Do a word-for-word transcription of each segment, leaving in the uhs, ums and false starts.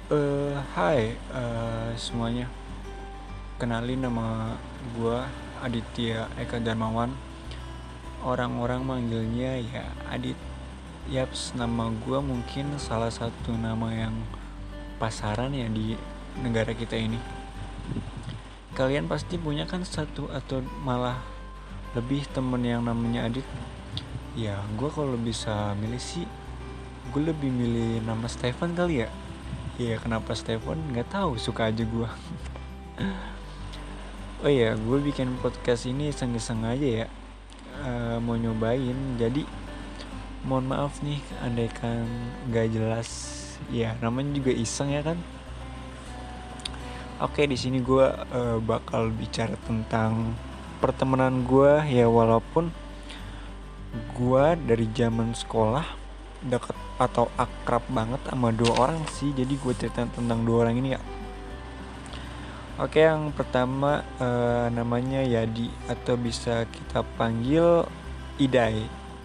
Eh, hai eh, semuanya. Kenalin, nama gue Aditya Eka Darmawan. Orang-orang manggilnya ya Adit. Yaps, nama gue mungkin salah satu nama yang pasaran ya di negara kita ini. Kalian pasti punya kan satu atau malah lebih temen yang namanya Adit. Ya, gue kalau bisa milih sih, gue lebih milih nama Stefan kali ya. Ya kenapa Stefan? Nggak tahu, suka aja gue. Oh iya, gue bikin podcast ini iseng-iseng aja ya, uh, mau nyobain. Jadi mohon maaf nih, andaikan nggak jelas. Ya namanya juga iseng ya kan. Oke, di sini gue uh, bakal bicara tentang pertemanan gue ya, walaupun gue dari zaman sekolah deket atau akrab banget sama dua orang sih. Jadi gue cerita tentang dua orang ini ya. Oke, yang pertama uh, namanya Yadi atau bisa kita panggil Idai.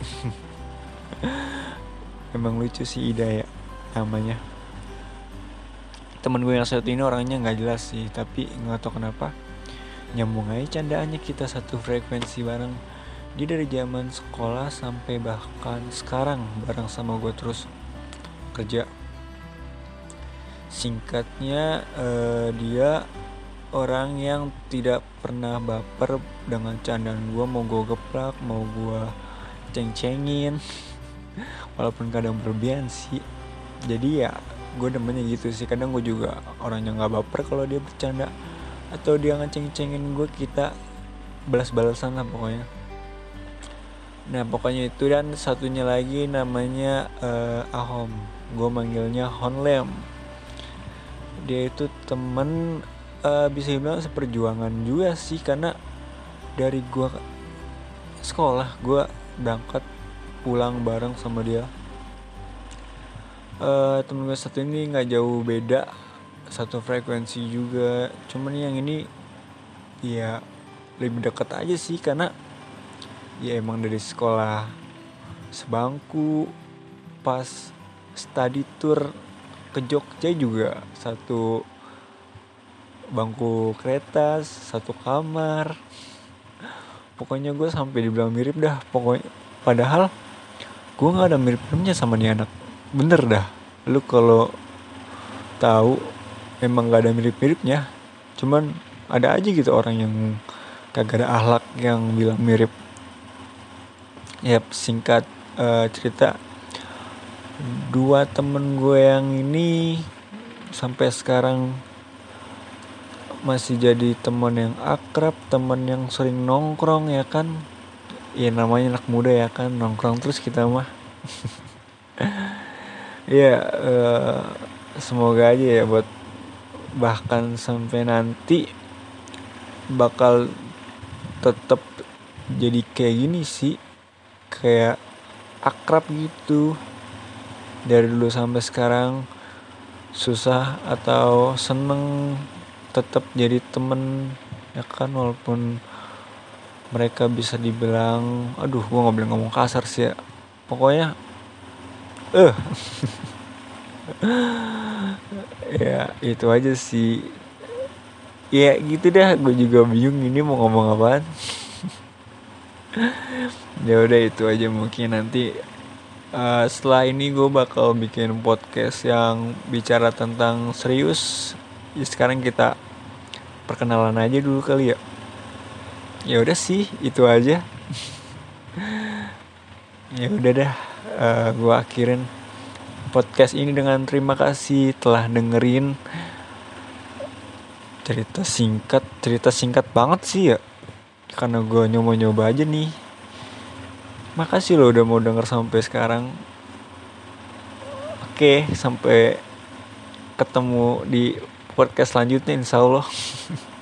Emang lucu sih Idai ya namanya. Temen gue yang satu ini orangnya nggak jelas sih, tapi nggak tahu kenapa nyambung aja candaannya, kita satu frekuensi bareng. Dia dari zaman sekolah sampai bahkan sekarang bareng sama gue terus kerja. Singkatnya uh, dia orang yang tidak pernah baper dengan candaan gue, mau gue geplak, mau gue ceng-cengin, walaupun kadang berlebihan sih. Jadi ya gue demennya gitu sih. Kadang gue juga orang yang gak baper kalau dia bercanda atau dia ngeceng-cengin gue, kita balas-balasan lah pokoknya. Nah pokoknya itu. Dan satunya lagi namanya uh, Ahom, gue manggilnya Honlem. Dia itu temen, uh, bisa dibilang seperjuangan juga sih, karena dari gue sekolah gue berangkat pulang bareng sama dia. Uh, temen gue satu ini nggak jauh beda, satu frekuensi juga, cuman yang ini ya lebih dekat aja sih, karena ya emang dari sekolah sebangku, pas study tour ke Jogja juga satu bangku kereta, satu kamar. Pokoknya gue sampai dibilang mirip dah pokoknya, padahal gue nggak ada mirip-miripnya sama nih anak. Bener dah, lu kalau tahu emang gak ada mirip-miripnya, cuman ada aja gitu orang yang kagak ada akhlak yang bilang mirip. Yap, singkat uh, cerita, dua temen gue yang ini sampai sekarang masih jadi teman yang akrab, teman yang sering nongkrong ya kan. Ya namanya anak muda ya kan, nongkrong terus kita mah. Ya uh, semoga aja ya buat bahkan sampai nanti bakal tetap jadi kayak gini sih, kayak akrab gitu dari dulu sampai sekarang. Susah atau seneng tetap jadi temen ya kan, walaupun mereka bisa dibilang, aduh gue nggak boleh ngomong kasar sih ya, pokoknya eh ya itu aja sih. Ya gitu dah, gue juga bingung ini mau ngomong apaan. Ya udah itu aja. Mungkin nanti uh, setelah ini gue bakal bikin podcast yang bicara tentang serius. Ya, sekarang kita perkenalan aja dulu kali ya. Ya udah sih itu aja. Ya udah dah, uh, gue akhirin podcast ini dengan terima kasih telah dengerin cerita singkat, cerita singkat banget sih ya, karena gue nyoba-nyoba aja nih. Makasih lo udah mau denger sampai sekarang. Oke, sampai ketemu di podcast selanjutnya insya Allah.